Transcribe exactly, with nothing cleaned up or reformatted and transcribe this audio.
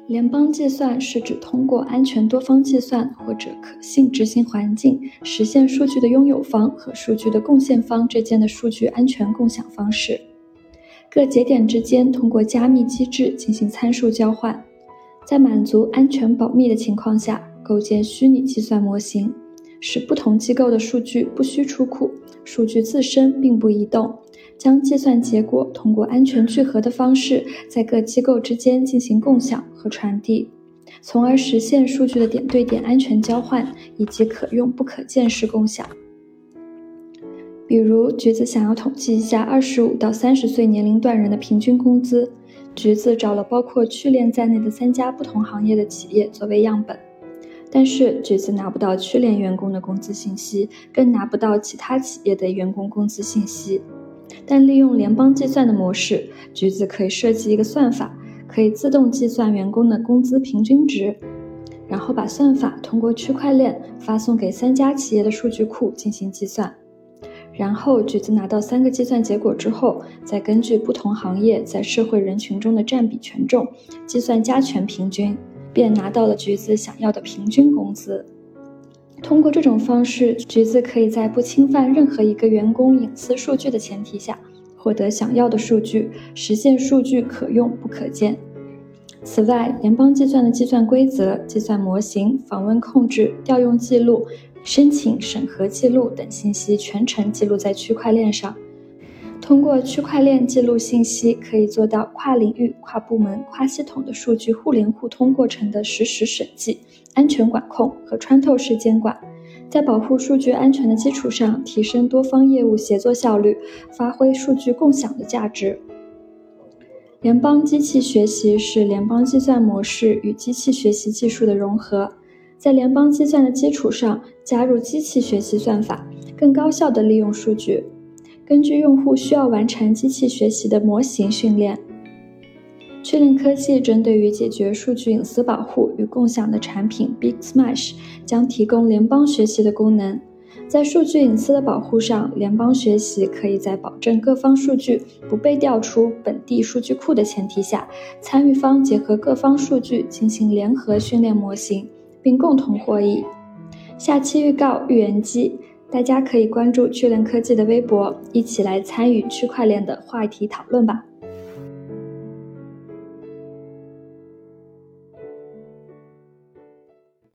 联邦计算是指通过安全多方计算或者可信执行环境，实现数据的拥有方和数据的贡献方之间的数据安全共享方式。各节点之间通过加密机制进行参数交换，在满足安全保密的情况下，构建虚拟计算模型，使不同机构的数据不需出库，数据自身并不移动，将计算结果通过安全聚合的方式在各机构之间进行共享和传递，从而实现数据的点对点安全交换以及可用不可见式共享。比如，橘子想要统计一下二十五到三十岁年龄段人的平均工资，橘子找了包括趣链在内的三家不同行业的企业作为样本。但是橘子拿不到趣链员工的工资信息，更拿不到其他企业的员工工资信息。但利用联邦计算的模式，橘子可以设计一个算法，可以自动计算员工的工资平均值，然后把算法通过区块链发送给三家企业的数据库进行计算。然后橘子拿到三个计算结果之后，再根据不同行业在社会人群中的占比权重，计算加权平均，便拿到了橘子想要的平均工资。通过这种方式，橘子可以在不侵犯任何一个员工隐私数据的前提下，获得想要的数据，实现数据可用不可见。此外，联邦计算的计算规则、计算模型、访问控制、调用记录、申请审核记录等信息全程记录在区块链上。通过区块链记录信息，可以做到跨领域、跨部门、跨系统的数据互联互通过程的实时审计、安全管控和穿透式监管，在保护数据安全的基础上，提升多方业务协作效率，发挥数据共享的价值。联邦机器学习是联邦计算模式与机器学习技术的融合，在联邦计算的基础上加入机器学习算法，更高效地利用数据，根据用户需要完成机器学习的模型训练。趣链科技针对于解决数据隐私保护与共享的产品 Big Smash 将提供联邦学习的功能。在数据隐私的保护上，联邦学习可以在保证各方数据不被调出本地数据库的前提下，参与方结合各方数据进行联合训练模型，并共同获益。下期预告预言机，大家可以关注趣链科技的微博，一起来参与区块链的话题讨论吧。